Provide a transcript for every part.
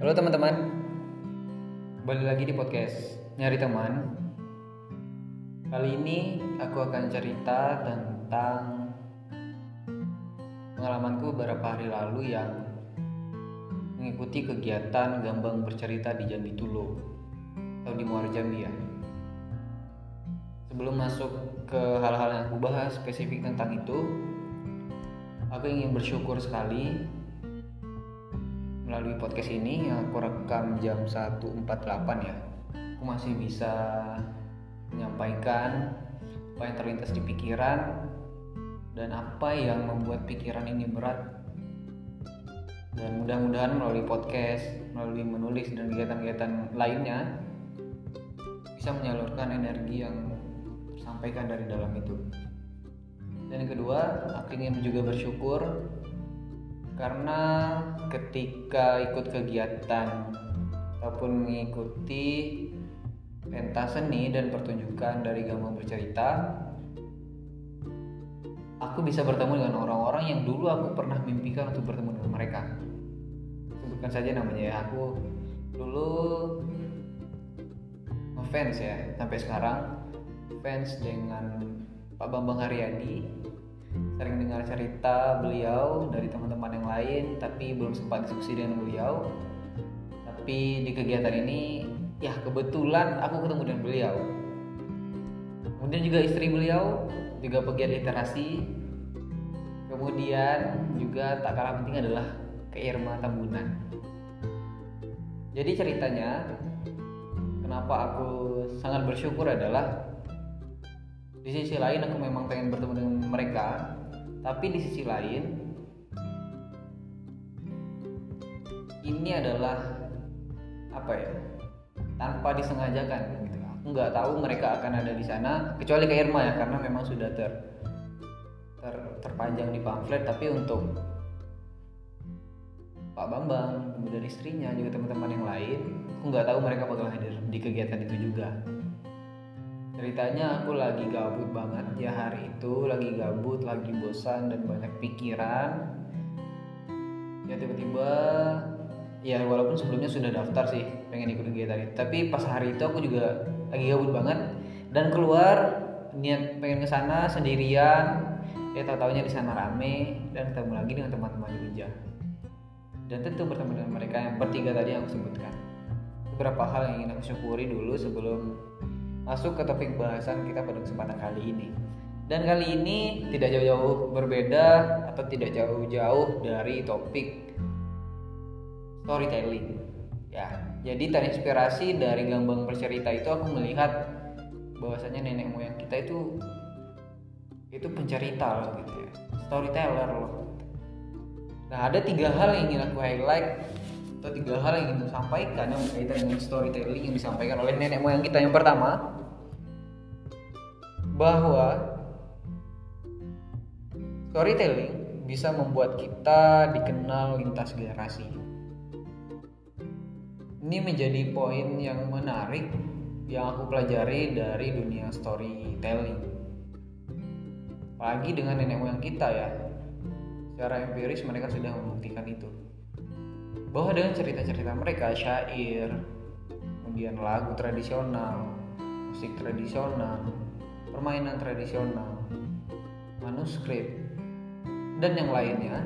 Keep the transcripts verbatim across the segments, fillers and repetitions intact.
Halo teman-teman, kembali lagi di podcast Nyari Teman. Kali ini aku akan cerita tentang pengalamanku beberapa hari lalu yang mengikuti kegiatan Gambang Bercerita di Jambi Tulo atau di Muara Jambi ya. Sebelum masuk ke hal-hal yang aku bahas spesifik tentang itu, aku ingin bersyukur sekali melalui podcast ini yang aku rekam jam satu empat puluh delapan ya. Aku masih bisa menyampaikan apa yang terlintas di pikiran dan apa yang membuat pikiran ini berat. Dan mudah-mudahan melalui podcast, melalui menulis dan kegiatan-kegiatan lainnya bisa menyalurkan energi yang tersampaikan dari dalam itu. Dan yang kedua, aku ingin juga bersyukur karena ketika ikut kegiatan ataupun mengikuti pentas seni dan pertunjukan dari Gambang Bercerita, aku bisa bertemu dengan orang-orang yang dulu aku pernah mimpikan untuk bertemu dengan mereka. Sebutkan saja namanya ya. Aku dulu ngefans ya, sampai sekarang fans dengan Pak Bambang Haryadi. Sering dengar cerita beliau dari teman-teman yang lain, tapi belum sempat diskusi dengan beliau. Tapi di kegiatan ini, ya kebetulan aku ketemu dengan beliau. Kemudian juga istri beliau, juga pegiat literasi. Kemudian juga tak kalah penting adalah Kak Irma Tambunan. Jadi ceritanya, kenapa aku sangat bersyukur adalah di sisi lain aku memang pengen bertemu dengan mereka, tapi di sisi lain ini adalah apa ya, tanpa disengajakan gitu. Aku nggak tahu mereka akan ada di sana kecuali Kak Irma ya, karena memang sudah ter, ter terpanjang di pamflet. Tapi untuk Pak Bambang, kemudian istrinya, juga teman-teman yang lain, aku nggak tahu mereka bakal hadir di kegiatan itu juga. Ceritanya aku lagi gabut banget ya hari itu, lagi gabut, lagi bosan dan banyak pikiran. Ya tiba-tiba, ya walaupun sebelumnya sudah daftar sih pengen ikut kegiatan itu, tapi pas hari itu aku juga lagi gabut banget dan keluar niat pengen kesana sendirian. Ya tak taunya di sana rame dan ketemu lagi dengan teman-teman Jogja. Dan tentu bertemu dengan mereka yang bertiga tadi yang aku sebutkan. Beberapa hal yang ingin aku syukuri dulu sebelum masuk ke topik bahasan kita pada kesempatan kali ini. Dan kali ini tidak jauh-jauh berbeda atau tidak jauh-jauh dari topik storytelling. Ya, jadi terinspirasi dari Gambang Bercerita itu aku melihat bahwasanya nenek moyang kita itu itu pencerita loh gitu ya, storyteller loh. Nah, ada tiga hal yang ingin aku highlight atau tiga hal yang ingin aku sampaikan yang berkaitan dengan storytelling yang disampaikan oleh nenek moyang kita. Yang pertama, bahwa storytelling bisa membuat kita dikenal lintas generasi. Ini menjadi poin yang menarik yang aku pelajari dari dunia storytelling. Apalagi dengan nenek moyang kita ya, secara empiris mereka sudah membuktikan itu, bahwa dengan cerita-cerita mereka, syair, kemudian lagu tradisional, musik tradisional, permainan tradisional, manuskrip, dan yang lainnya,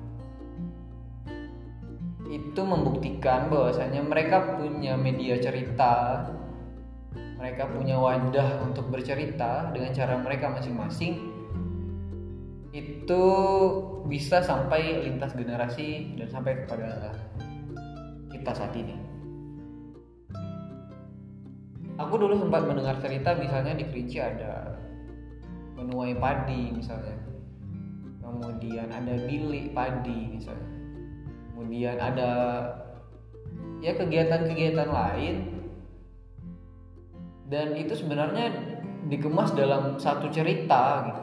itu membuktikan bahwasanya mereka punya media cerita, mereka punya wadah untuk bercerita dengan cara mereka masing-masing. Itu bisa sampai lintas generasi dan sampai kepada kita saat ini. Aku dulu sempat mendengar cerita misalnya di Kerinci ada menuai padi misalnya, kemudian ada bilik padi misalnya, kemudian ada ya kegiatan-kegiatan lain, dan itu sebenarnya dikemas dalam satu cerita gitu.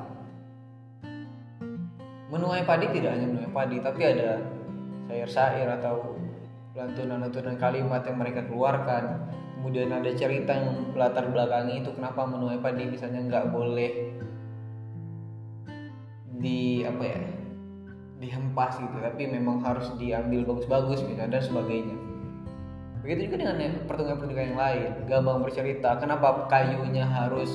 Menuai padi tidak hanya menuai padi, tapi ada syair-syair atau lantunan-lantunan kalimat yang mereka keluarkan. Kemudian ada cerita yang latar belakangi itu kenapa menuai padi misalnya nggak boleh di apa ya dihempas gitu, tapi memang harus diambil bagus-bagus misalnya dan sebagainya. Begitu juga dengan pertunjukan-pertunjukan yang lain. Gambang bercerita, kenapa kayunya harus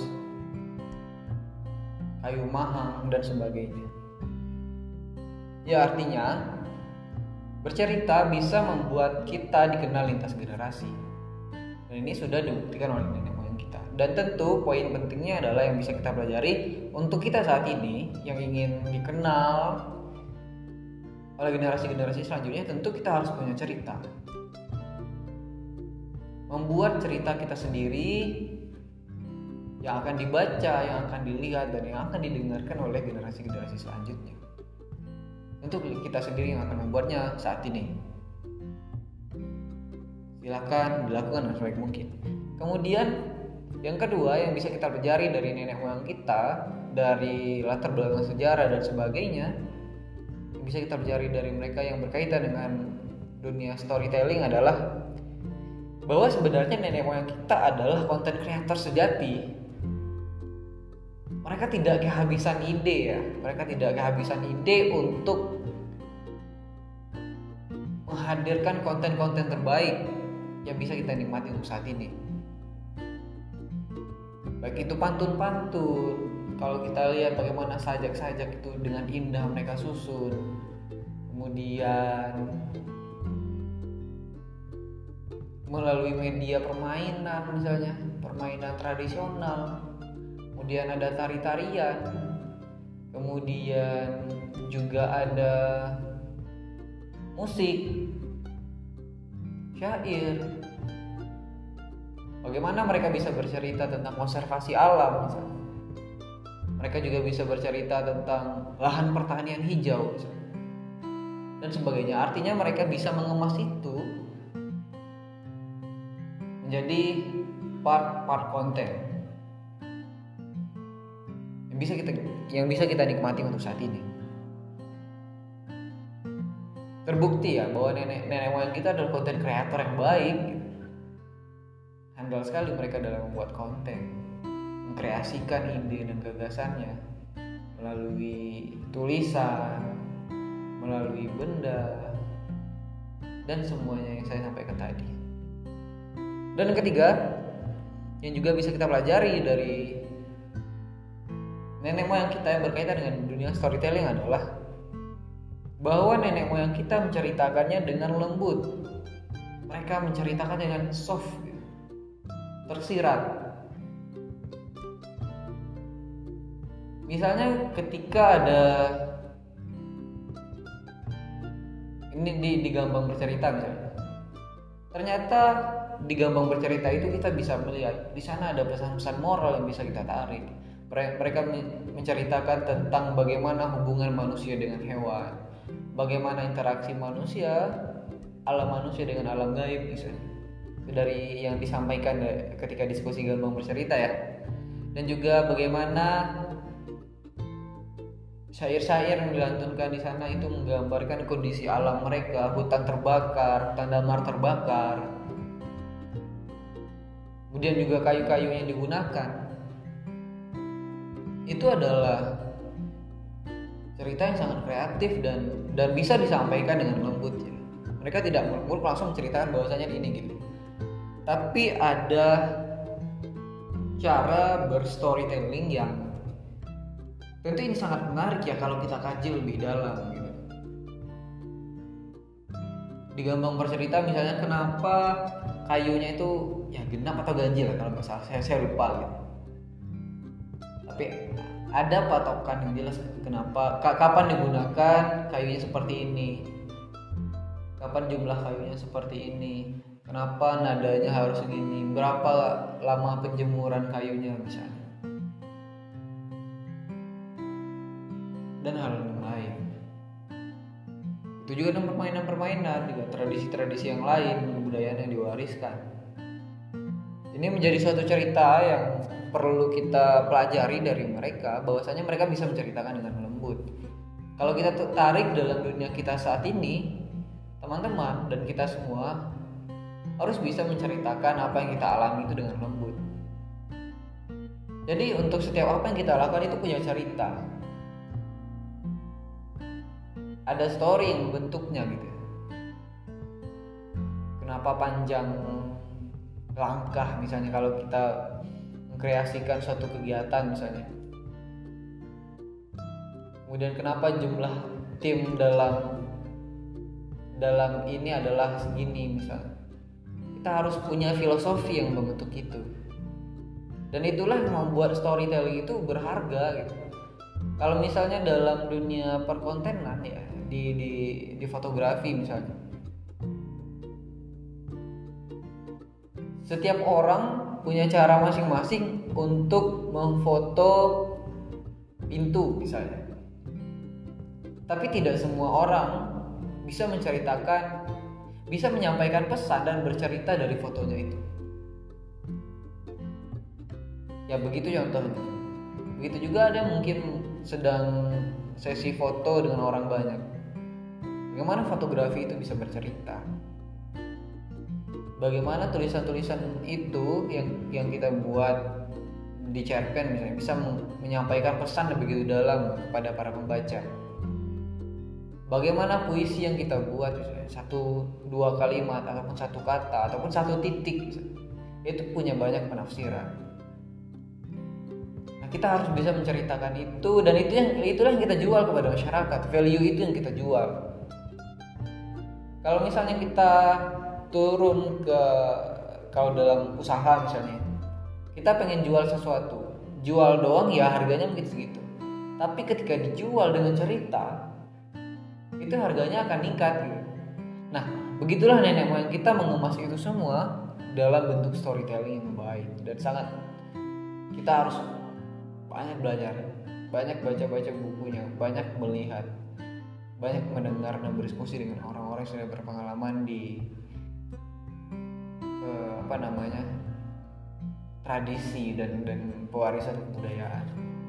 kayu mahang dan sebagainya. Ya artinya bercerita bisa membuat kita dikenal lintas generasi. Dan ini sudah dibuktikan oleh nenek moyang kita. Dan tentu poin pentingnya adalah yang bisa kita pelajari untuk kita saat ini yang ingin dikenal oleh generasi-generasi selanjutnya, tentu kita harus punya cerita. Membuat cerita kita sendiri yang akan dibaca, yang akan dilihat, dan yang akan didengarkan oleh generasi-generasi selanjutnya. Untuk kita sendiri yang akan membuatnya saat ini. Silakan dilakukan dengan sebaik mungkin. Kemudian yang kedua yang bisa kita pelajari dari nenek moyang kita, dari latar belakang sejarah dan sebagainya, yang bisa kita pelajari dari mereka yang berkaitan dengan dunia storytelling adalah bahwa sebenarnya nenek moyang kita adalah konten kreator sejati. Mereka tidak kehabisan ide ya, mereka tidak kehabisan ide untuk menghadirkan konten-konten terbaik yang bisa kita nikmati untuk saat ini. Baik itu pantun-pantun, kalau kita lihat bagaimana sajak-sajak itu dengan indah mereka susun. Kemudian melalui media permainan, misalnya permainan tradisional. Kemudian ada tari-tarian, kemudian juga ada musik, syair. Bagaimana mereka bisa bercerita tentang konservasi alam misalnya. Mereka juga bisa bercerita tentang lahan pertanian hijau misalnya, dan sebagainya. Artinya mereka bisa mengemas itu menjadi part-part konten yang bisa kita yang bisa kita nikmati untuk saat ini. Terbukti ya bahwa nenek nenek moyang kita adalah konten kreator yang baik. Handal sekali mereka dalam membuat konten, mengkreasikan ide dan gagasannya melalui tulisan, melalui benda, dan semuanya yang saya sampaikan tadi. Dan yang ketiga yang juga bisa kita pelajari dari nenek moyang kita yang berkaitan dengan dunia storytelling adalah bahwa nenek moyang kita menceritakannya dengan lembut. Mereka menceritakan dengan soft, tersirat. Misalnya ketika ada ini di, di Gambang Bercerita misalnya, ternyata di Gambang Bercerita itu kita bisa melihat di sana ada pesan-pesan moral yang bisa kita tarik. Mereka menceritakan tentang bagaimana hubungan manusia dengan hewan, bagaimana interaksi manusia, alam manusia dengan alam gaib misalnya. Itu dari yang disampaikan ketika diskusi Gambang Bercerita ya. Dan juga bagaimana syair-syair yang dilantunkan di sana itu menggambarkan kondisi alam mereka, hutan terbakar, hutan damar terbakar. Kemudian juga kayu-kayu yang digunakan. Itu adalah cerita yang sangat kreatif dan dan bisa disampaikan dengan lembut ya. Mereka tidak muluk-muluk langsung menceritakan bahwasanya ini gitu. Tapi ada cara berstorytelling yang tentu ini sangat menarik ya kalau kita kaji lebih dalam gitu. Di Gambang Bercerita misalnya kenapa kayunya itu ya genap atau ganjil kalau nggak salah, saya, saya lupa gitu. Tapi ada patokan yang jelas kenapa, kapan digunakan kayunya seperti ini, kapan jumlah kayunya seperti ini, kenapa nadanya harus segini, berapa lama penjemuran kayunya misalnya, dan hal yang lain. Itu juga dengan permainan-permainan, juga tradisi-tradisi yang lain, kebudayaan yang diwariskan. Ini menjadi suatu cerita yang perlu kita pelajari dari mereka, bahwasanya mereka bisa menceritakan dengan lembut. Kalau kita tarik dalam dunia kita saat ini, teman-teman dan kita semua harus bisa menceritakan apa yang kita alami itu dengan lembut. Jadi untuk setiap apa yang kita lakukan itu punya cerita, ada story yang bentuknya gitu. kenapa panjang langkah misalnya kalau kita mengkreasikan suatu kegiatan misalnya. Kemudian kenapa jumlah tim dalam dalam ini adalah segini misalnya. Kita harus punya filosofi yang membentuk itu. Dan itulah yang membuat storytelling itu berharga gitu. Kalau misalnya dalam dunia perkontenan ya, di di di fotografi misalnya. Setiap orang punya cara masing-masing untuk memfoto pintu misalnya. Tapi tidak semua orang bisa menceritakan, bisa menyampaikan pesan dan bercerita dari fotonya itu. Ya begitu contohnya. Begitu juga ada mungkin sedang sesi foto dengan orang banyak. Bagaimana fotografi itu bisa bercerita? Bagaimana tulisan-tulisan itu yang yang kita buat di cerpen misalnya bisa menyampaikan pesan yang begitu dalam kepada para pembaca? Bagaimana puisi yang kita buat misalnya satu dua kalimat ataupun satu kata ataupun satu titik misalnya, itu punya banyak penafsiran. Kita harus bisa menceritakan itu, dan itu yang itulah yang kita jual kepada masyarakat. Value itu yang kita jual. Kalau misalnya kita turun ke kalau dalam usaha misalnya, kita pengen jual sesuatu, jual doang ya harganya mungkin segitu. Tapi ketika dijual dengan cerita, itu harganya akan meningkat gitu. Nah, begitulah nenek moyang kita mengemas itu semua dalam bentuk storytelling yang baik, dan sangat kita harus banyak belajar, banyak baca-baca bukunya, banyak melihat, banyak mendengar dan berdiskusi dengan orang-orang yang sudah berpengalaman di eh, apa namanya tradisi dan dan pewarisan kebudayaan.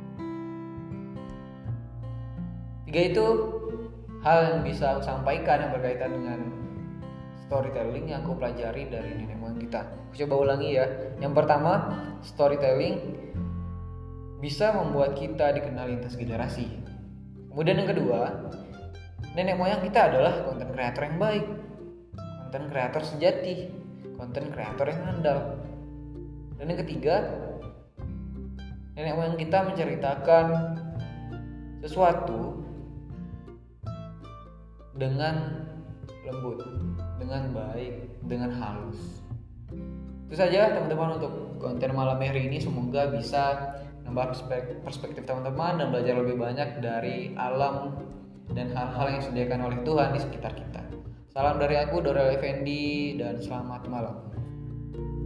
Tiga itu hal yang bisa aku sampaikan yang berkaitan dengan storytelling yang aku pelajari dari nenek moyang kita. Aku coba ulangi ya. Yang pertama, storytelling bisa membuat kita dikenal lintas generasi. Kemudian yang kedua, nenek moyang kita adalah konten kreator yang baik, konten kreator sejati, konten kreator yang handal. Dan yang ketiga, nenek moyang kita menceritakan sesuatu dengan lembut, dengan baik, dengan halus. Itu saja teman-teman untuk konten malam hari ini. Semoga bisa nambah perspektif teman-teman dan belajar lebih banyak dari alam dan hal-hal yang disediakan oleh Tuhan di sekitar kita. Salam dari aku, Dorel Effendi, dan selamat malam.